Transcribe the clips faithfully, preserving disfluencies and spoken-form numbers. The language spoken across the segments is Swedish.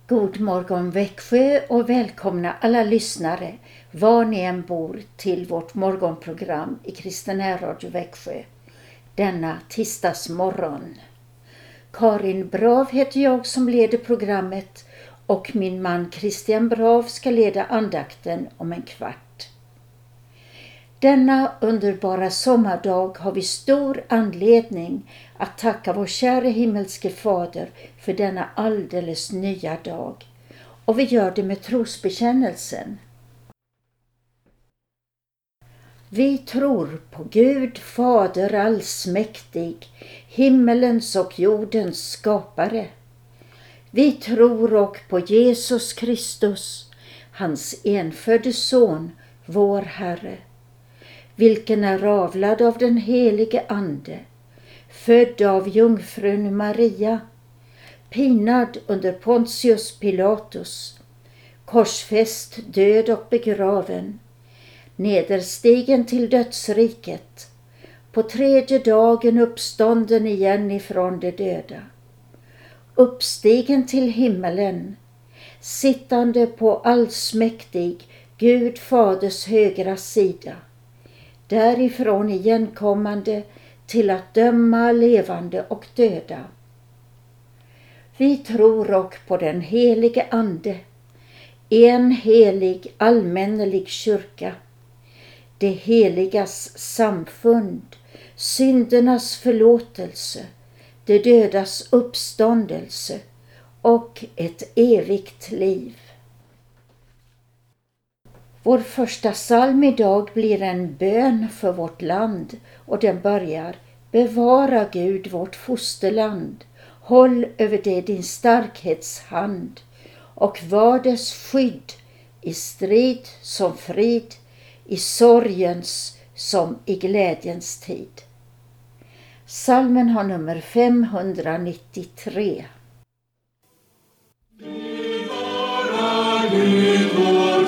God morgon Växjö och välkomna alla lyssnare var ni än bor till vårt morgonprogram i Kristen Radio Växjö denna tisdagsmorgon. Karin Brav heter jag som leder programmet och min man Christian Brav ska leda andakten om en kvart. Denna underbara sommardag har vi stor anledning att tacka vår kära himmelske fader för denna alldeles nya dag. Och vi gör det med trosbekännelsen. Vi tror på Gud, Fader allsmäktig, himmelens och jordens skapare. Vi tror och på Jesus Kristus, hans enfödde son, vår Herre, vilken är avlad av den helige Ande, född av jungfrun Maria, pinad under Pontius Pilatus, korsfäst, död och begraven, nederstigen till dödsriket, på tredje dagen uppstånden igen ifrån de döda, uppstigen till himmelen, sittande på allsmäktig Gud Faders högra sida, därifrån igenkommande till att döma levande och döda. Vi tror och på den helige Ande, en helig allmännelig kyrka, det heligas samfund, syndernas förlåtelse, det dödas uppståndelse och ett evigt liv. Vår första psalm idag blir en bön för vårt land och den börjar: Bevara Gud vårt fosterland, håll över det din starkhetshand och var dess skydd i strid som frid, i sorgens som i glädjens tid. Psalmen har nummer femhundranittiotre. Bevara Gud vårt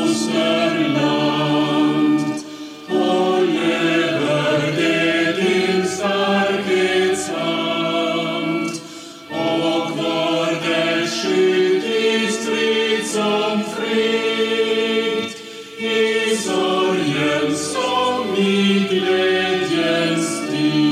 fosterland, håll över det din starkhetshand, och var dess skydd i strid som frid, i sorgen som i glädjens tid.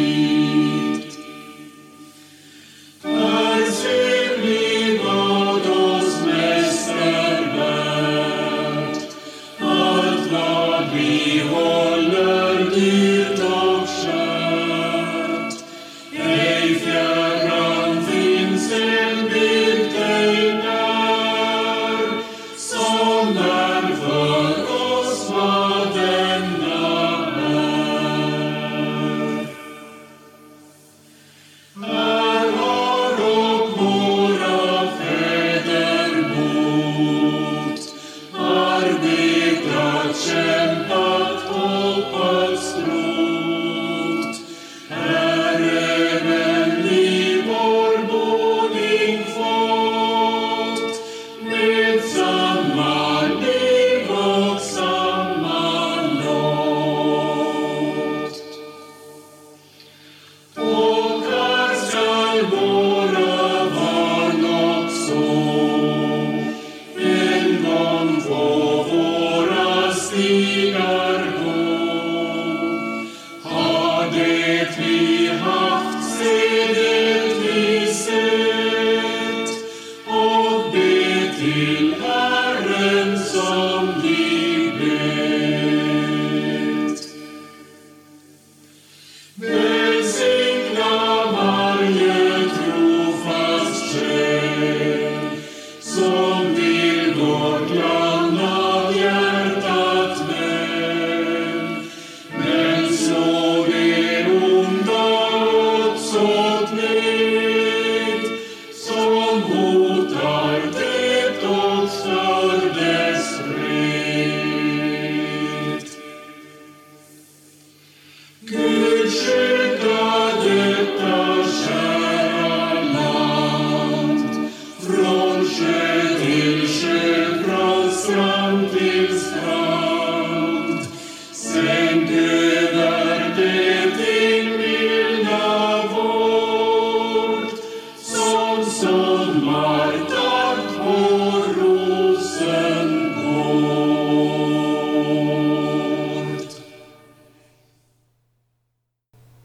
Där synlig vad oss mest är värt, allt vad vi håller dyrt och kärt. Ej fjärran finns en bild dig när, som är för oss vad denna är. Här har och våra fäder bott, arbetat, kämpat, hoppats, trott. Här även vi vår boning fått, med samma liv och samma lott. Och här skall våra barn också en gång på våra stigar gå. Ha det vi haft, se det vi sett, och be till Herren som vi bett. Välsigna varje trofast själ, som vill vårt land av hjärtat väl.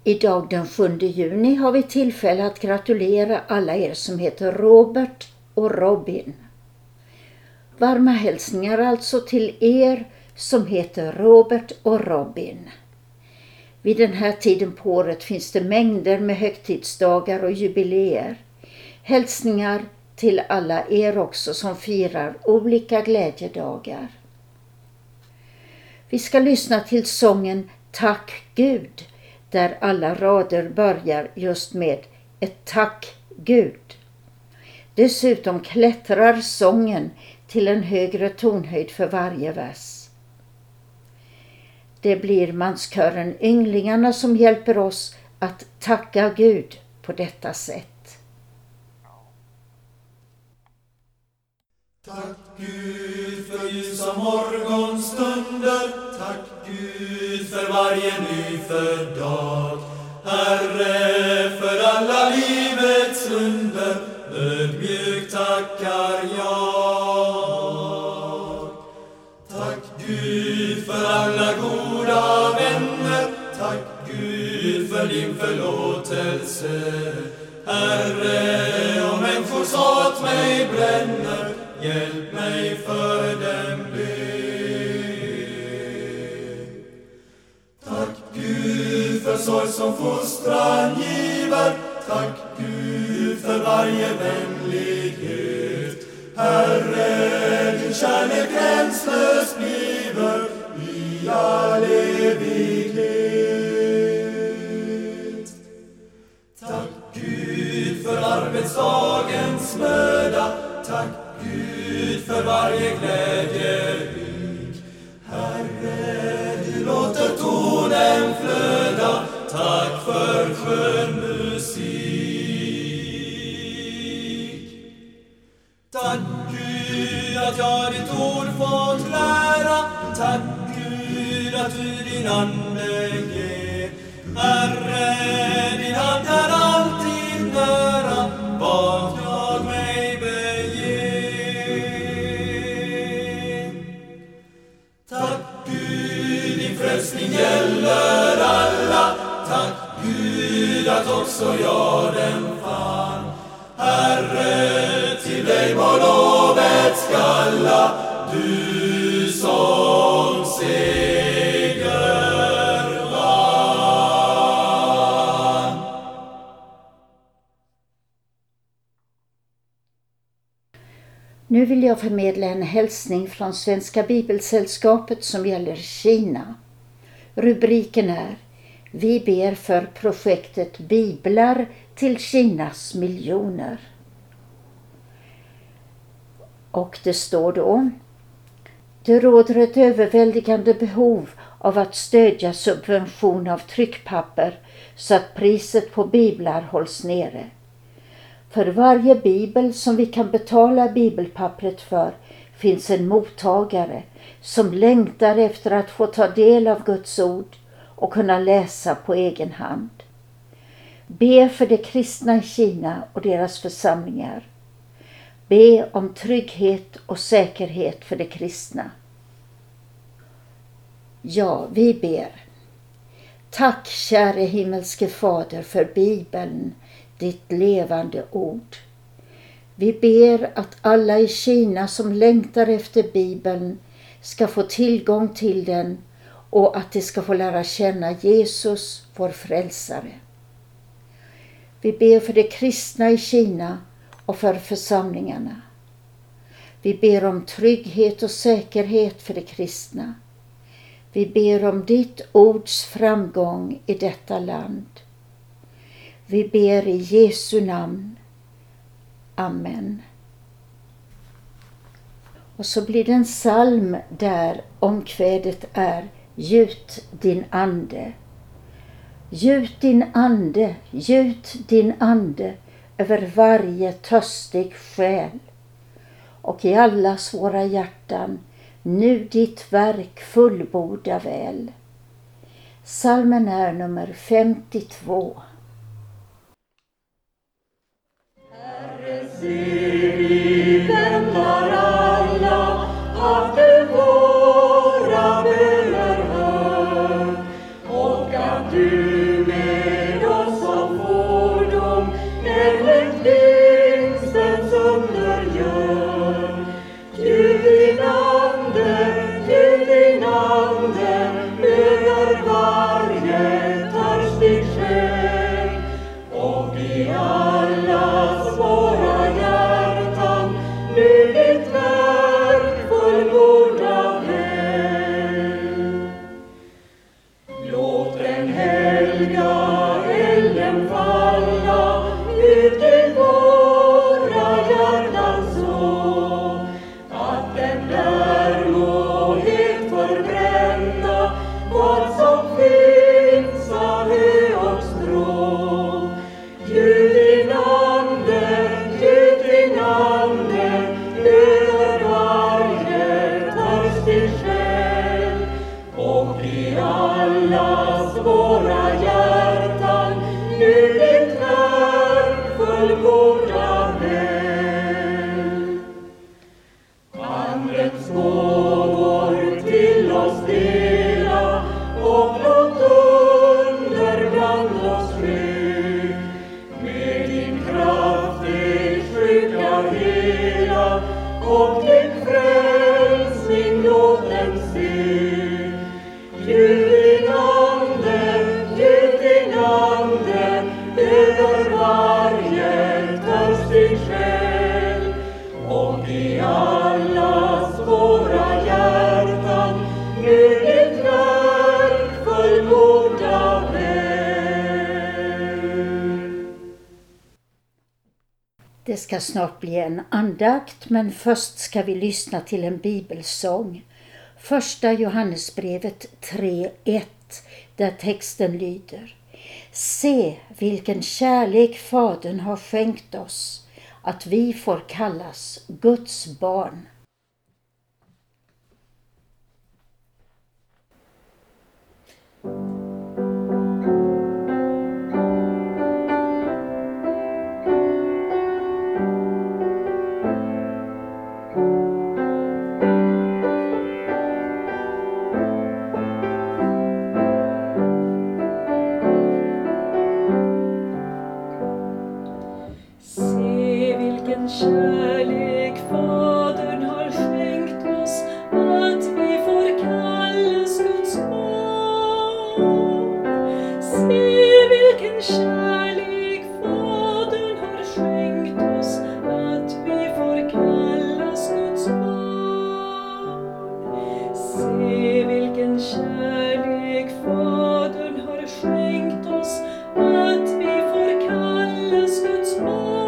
Idag den sjunde juni har vi tillfälle att gratulera alla er som heter Robert och Robin. Varma hälsningar alltså till er som heter Robert och Robin. Vid den här tiden på året finns det mängder med högtidsdagar och jubileer. Hälsningar till alla er också som firar olika glädjedagar. Vi ska lyssna till sången Tack Gud, där alla rader börjar just med ett tack Gud. Dessutom klättrar sången till en högre tonhöjd för varje vers. Det blir manskören Ynglingarna som hjälper oss att tacka Gud på detta sätt. Tack Gud för ljusa morgonstunder, tack Gud för varje nyfödd dag. Herre, för alla livets under, ödmjukt tackar jag. Tack Gud för alla goda vänner, tack Gud för din förlåtelse. Herre, om människors hat mig bränner, hjälp mig för dem be. Tack Gud för sorg som fostran giver, tack Gud för varje vänlighet. Herre, din kärlek gränslös bliver i all evighet. Tack Gud för arbetsdagens möda, tack Gud för varje glädjerik. Herre, du låter tonen flöda, tack för skön musik. Tack Gud att jag ditt ord fått lära, tack Gud att du din ande ger. Herre, din hand är alltid nära, vad jag mig beger. Tack Gud, din frälsning gäller alla, tack Gud att också jag den fann. Herre, till dig må lovet skalla, du som seger vann. Nu vill jag förmedla en hälsning från Svenska Bibelsällskapet som gäller Kina. Rubriken är: Vi ber för projektet Biblar till Kinas miljoner. Och det står då: Det råder ett överväldigande behov av att stödja subvention av tryckpapper så att priset på biblar hålls nere. För varje bibel som vi kan betala bibelpappret för finns en mottagare som längtar efter att få ta del av Guds ord och kunna läsa på egen hand. Be för de kristna i Kina och deras församlingar. Be om trygghet och säkerhet för de kristna. Ja, vi ber. Tack, käre himmelske Fader, för Bibeln, ditt levande ord. Vi ber att alla i Kina som längtar efter Bibeln ska få tillgång till den och att de ska få lära känna Jesus, vår frälsare. Vi ber för de kristna i Kina och för församlingarna. Vi ber om trygghet och säkerhet för de kristna. Vi ber om ditt ords framgång i detta land. Vi ber i Jesu namn. Amen. Och så blir det en psalm där omkvädet är: Gjut din ande. Gjut din ande, gjut din ande över varje törstig själ. Och i allas våra hjärtan nu ditt verk fullborda väl. Psalmen är nummer femtiotvå. Herre, se vi väntar alla att du våra böner hör och att du med och i allas våra hjärtan nu ditt verk fullborda väl. Andens gåvor till oss dela och låt under bland oss ske. Med din kraft de sjuka hela och din frälsning låt dem se. Gjut din ande, gjut din ande över varje törstig själ och i allas våra hjärtan nu ditt verk fullborda väl. Det ska snart bli en andakt, men först ska vi lyssna till en bibelsång. Första Johannesbrevet tre ett, där texten lyder: Se vilken kärlek Fadern har skänkt oss, att vi får kallas Guds barn. Se vilken kärlek Fadern har skänkt oss, att vi får kallas Guds barn. Se vilken kärlek Fadern har skänkt oss, att vi får kallas Guds barn. Se vilken kärlek Fadern har skänkt oss, att vi får kallas Guds barn.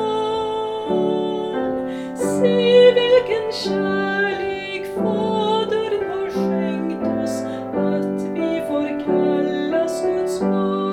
Se vilken kärlek Fadern har skänkt oss, att vi får kallas Guds barn.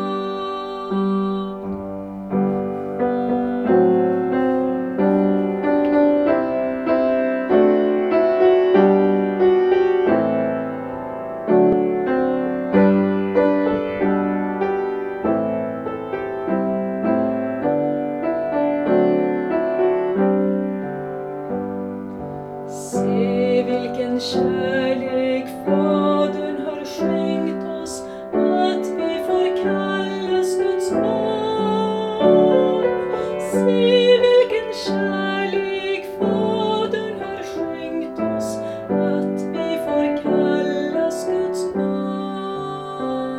Se vilken kärlek Fadern har skänkt oss, att vi får kallas Guds barn. Se vilken kärlek Fadern har skänkt oss, att vi får kallas Guds barn.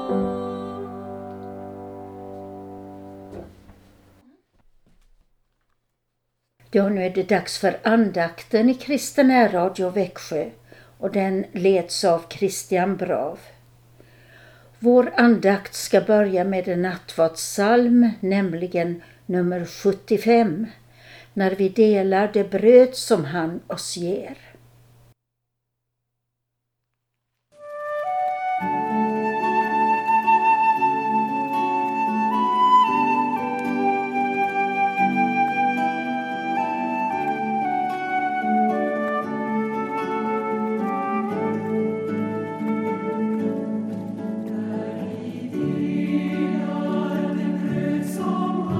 Ja, nu är det dags för andakten i Kristen Radio Växjö, och den leds av Christian Brav. Vår andakt ska börja med en nattvardssalm, nämligen nummer sjuttiofem, när vi delar det bröd som han oss ger.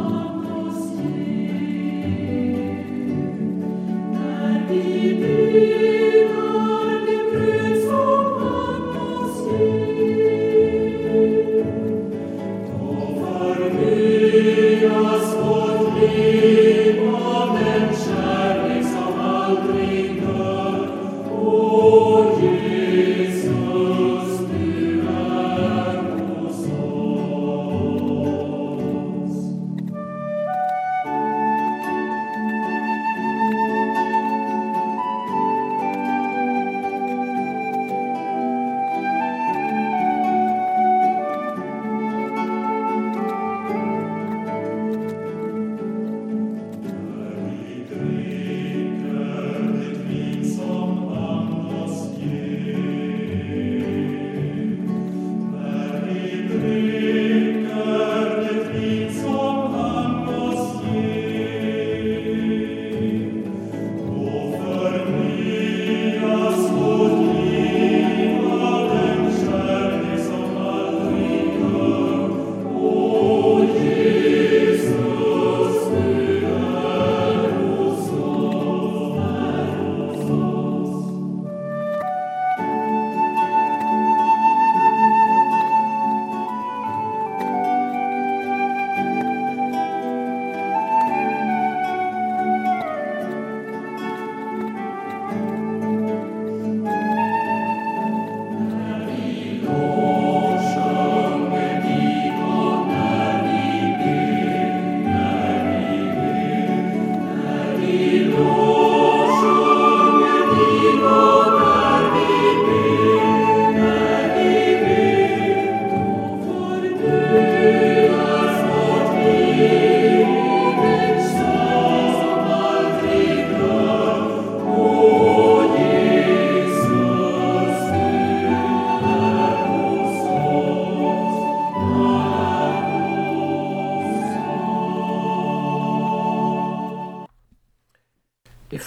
Vi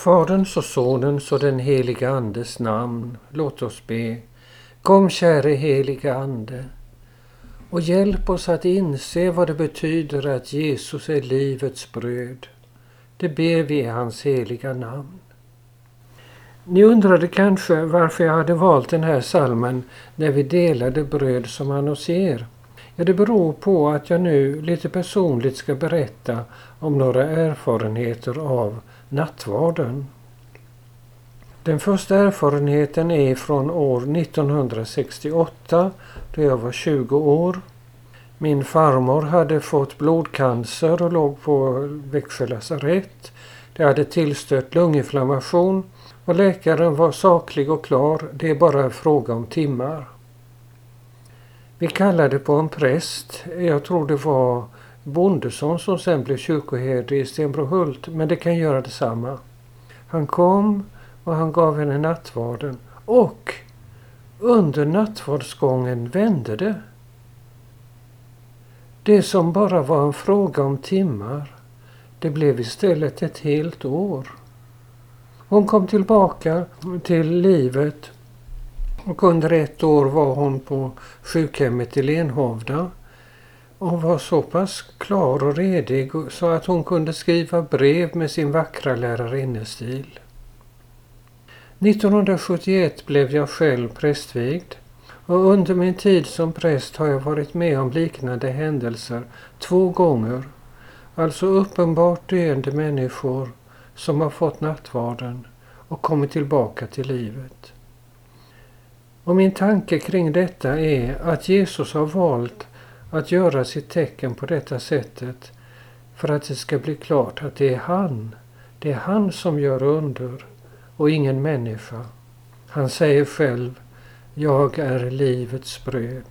Faderns och Sonens och den heliga Andes namn, låt oss be. Kom, käre heliga Ande, och hjälp oss att inse vad det betyder att Jesus är livets bröd. Det ber vi i hans heliga namn. Ni undrade kanske varför jag hade valt den här salmen när vi delade bröd som han oss ger. Ja, det beror på att jag nu lite personligt ska berätta om några erfarenheter av nattvarden. Den första erfarenheten är från år nittonhundrasextioåtta, då jag var tjugo år. Min farmor hade fått blodcancer och låg på Växjö lasarett. Det hade tillstött lunginflammation och läkaren var saklig och klar. Det är bara en fråga om timmar. Vi kallade på en präst. Jag tror det var Bondesson som sen blev kyrkoherde i Stenbrohult, men det kan göra detsamma. Han kom och han gav henne nattvarden, och under nattvardsgången vände det. Det som bara var en fråga om timmar, det blev istället ett helt år. Hon kom tillbaka till livet, och under ett år var hon på sjukhemmet i Lenhovda. Hon var så pass klar och redig så att hon kunde skriva brev med sin vackra lärarinnestil. nittonhundrasjuttioett blev jag själv prästvigd, och under min tid som präst har jag varit med om liknande händelser två gånger. Alltså uppenbart döende människor som har fått nattvarden och kommit tillbaka till livet. Och min tanke kring detta är att Jesus har valt att göra sitt tecken på detta sättet för att det ska bli klart att det är han, det är han som gör under och ingen människa. Han säger själv: jag är livets bröd.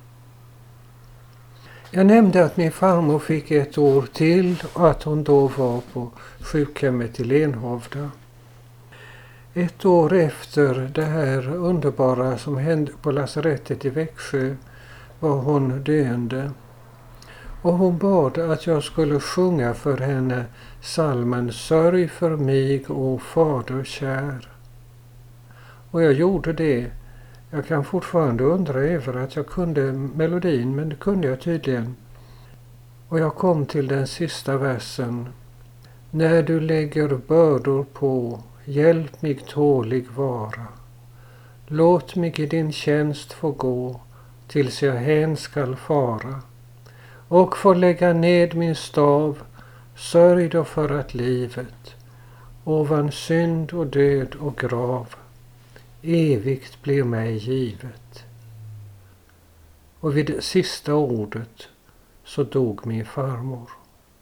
Jag nämnde att min farmor fick ett år till och att hon då var på sjukhemmet i Lenhovda. Ett år efter det här underbara som hände på lasarettet i Växjö var hon döende. Och hon bad att jag skulle sjunga för henne salmen Sörj för mig, o fader kär. Och jag gjorde det. Jag kan fortfarande undra över att jag kunde melodin, men det kunde jag tydligen. Och jag kom till den sista versen. När du lägger bördor på, hjälp mig tålig vara. Låt mig i din tjänst få gå, tills jag hän skall fara. Och får lägga ned min stav, sörj då för att livet, ovan synd och död och grav, evigt blir mig givet. Och vid det sista ordet så dog min farmor.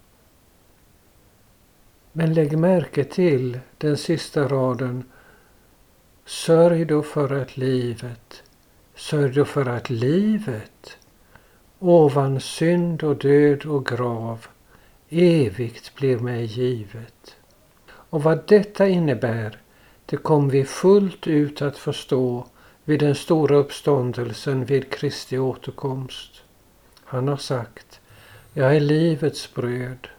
Men lägg märke till den sista raden. Sörj då för att livet, sörj då för att livet, ovan synd och död och grav, evigt blir mig givet. Och vad detta innebär, det kom vi fullt ut att förstå vid den stora uppståndelsen vid Kristi återkomst. Han har sagt: jag är livets bröd.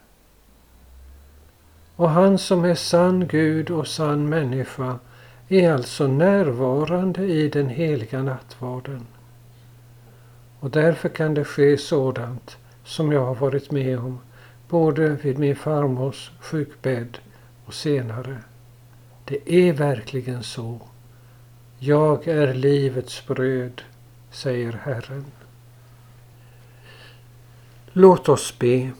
Och han som är sann Gud och sann människa är alltså närvarande i den heliga nattvarden. Och därför kan det ske sådant som jag har varit med om både vid min farmors sjukbädd och senare. Det är verkligen så. Jag är livets bröd, säger Herren. Låt oss be.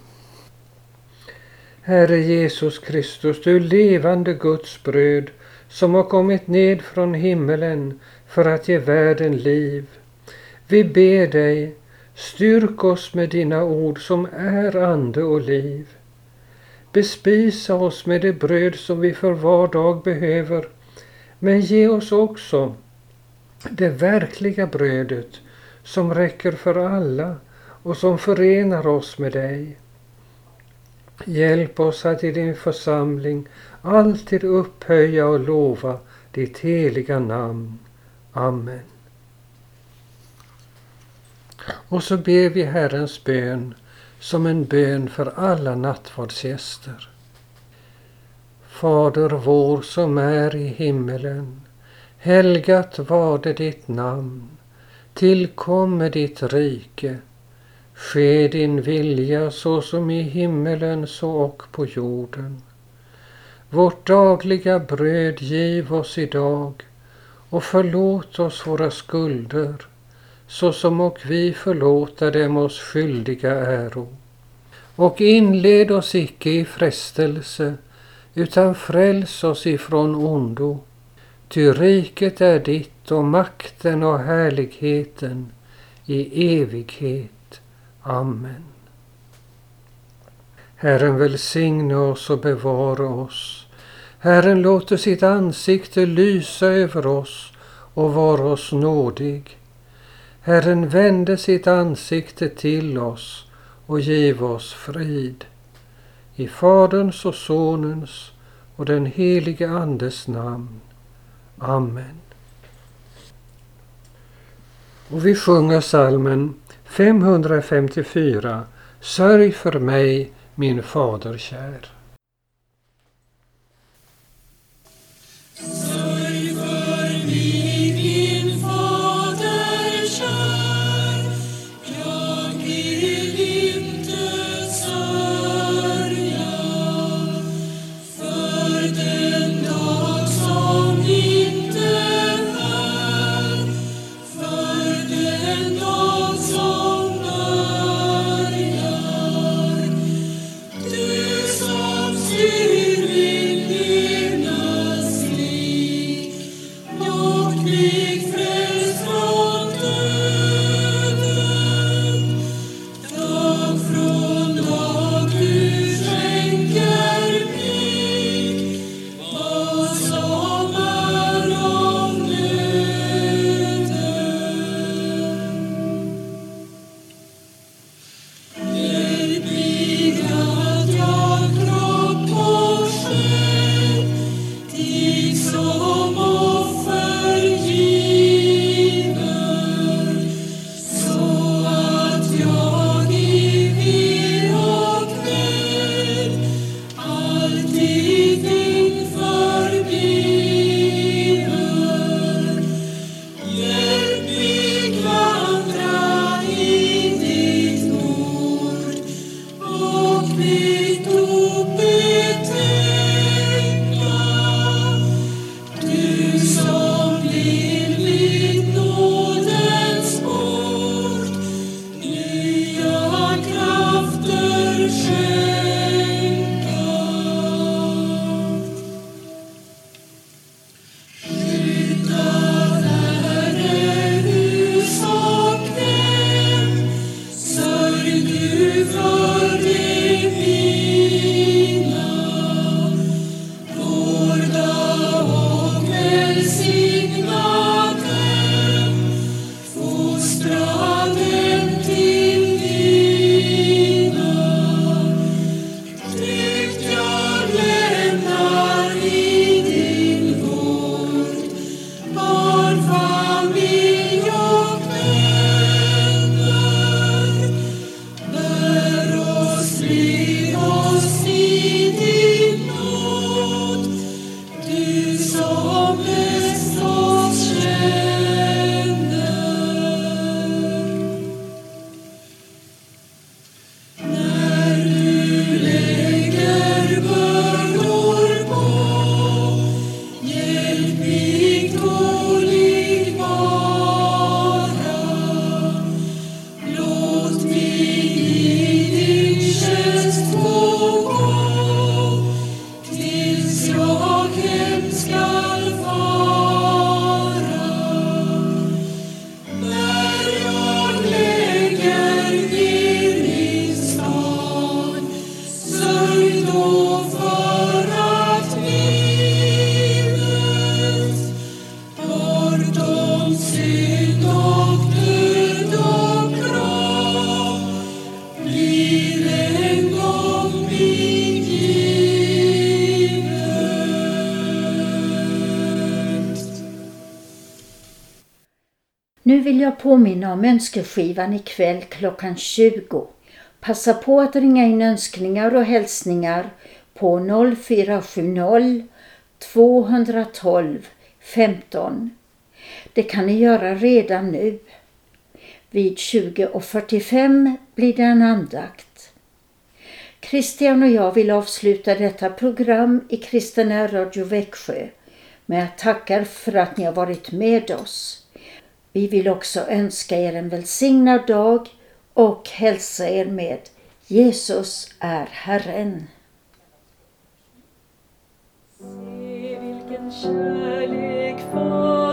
Herre Jesus Kristus, du levande Guds bröd som har kommit ned från himmelen för att ge världen liv. Vi ber dig, styrk oss med dina ord som är ande och liv. Bespisa oss med det bröd som vi för var dag behöver, men ge oss också det verkliga brödet som räcker för alla och som förenar oss med dig. Hjälp oss att i din församling alltid upphöja och lova ditt heliga namn. Amen. Och så ber vi Herrens bön som en bön för alla nattvardsgäster. Fader vår som är i himmelen, helgat varde ditt namn. Tillkomme ditt rike. Ske din vilja så som i himmelen så och på jorden. Vårt dagliga bröd giv oss idag och förlåt oss våra skulder så som och vi förlåta dem oss skyldiga äro. Och inled oss icke i frestelse utan fräls oss ifrån ondo. Ty riket är ditt och makten och härligheten i evighet. Amen. Herren välsigne oss och bevara oss. Herren låter sitt ansikte lysa över oss och vara oss nådig. Herren vände sitt ansikte till oss och giv oss frid. I Faderns och Sonens och den helige Andes namn. Amen. Och vi sjunger psalmen femhundrafemtiofyra. Sörj för mig, min fader kär. Sörj för mig, min fader kär. Jag vill inte sörja för den dag som inte är, för den dag som börjar. Du som styr min levnadsliv och mig frälst från döden. Dag från dag du skänker mig vad som är av nöden. Hjälp mig att jag kropp och själ dig som offer giver, så att jag i vir och kväll alltid din förbliver. Hjälp mig vandra i ditt ord och mitt dop betänka. Du som blir mitt nådens ord, nya krafter skänka. Skydda, Herre, hus och hem, sörj du för de mina. Vårda och välsigna dem, fostra dem till dina. Tryggt jag lämnar i din vård barn, familj och vänner. Bär oss, led oss i din nåd, du som bäst oss känner. När du lägger bördor på, hjälp mig tålig vara. Låt mig i din tjänst få gå, tills jag hem skall fara. När jag lägger ner min stad, sörj då för att minnet bortom synd och död och grav blir en gång mig givet. Nu vill jag påminna om önskeskivan ikväll klockan tjugo. Passa på att ringa in önskningar och hälsningar på noll fyra sju noll två ett två femton. Det kan ni göra redan nu. Vid tjugo och fyrtiofem blir det en andakt. Christian och jag vill avsluta detta program i Kristen Radio Växjö med att tacka för att ni har varit med oss. Vi vill också önska er en välsignad dag och hälsa er med Jesus är Herren. Se vilken kärlek far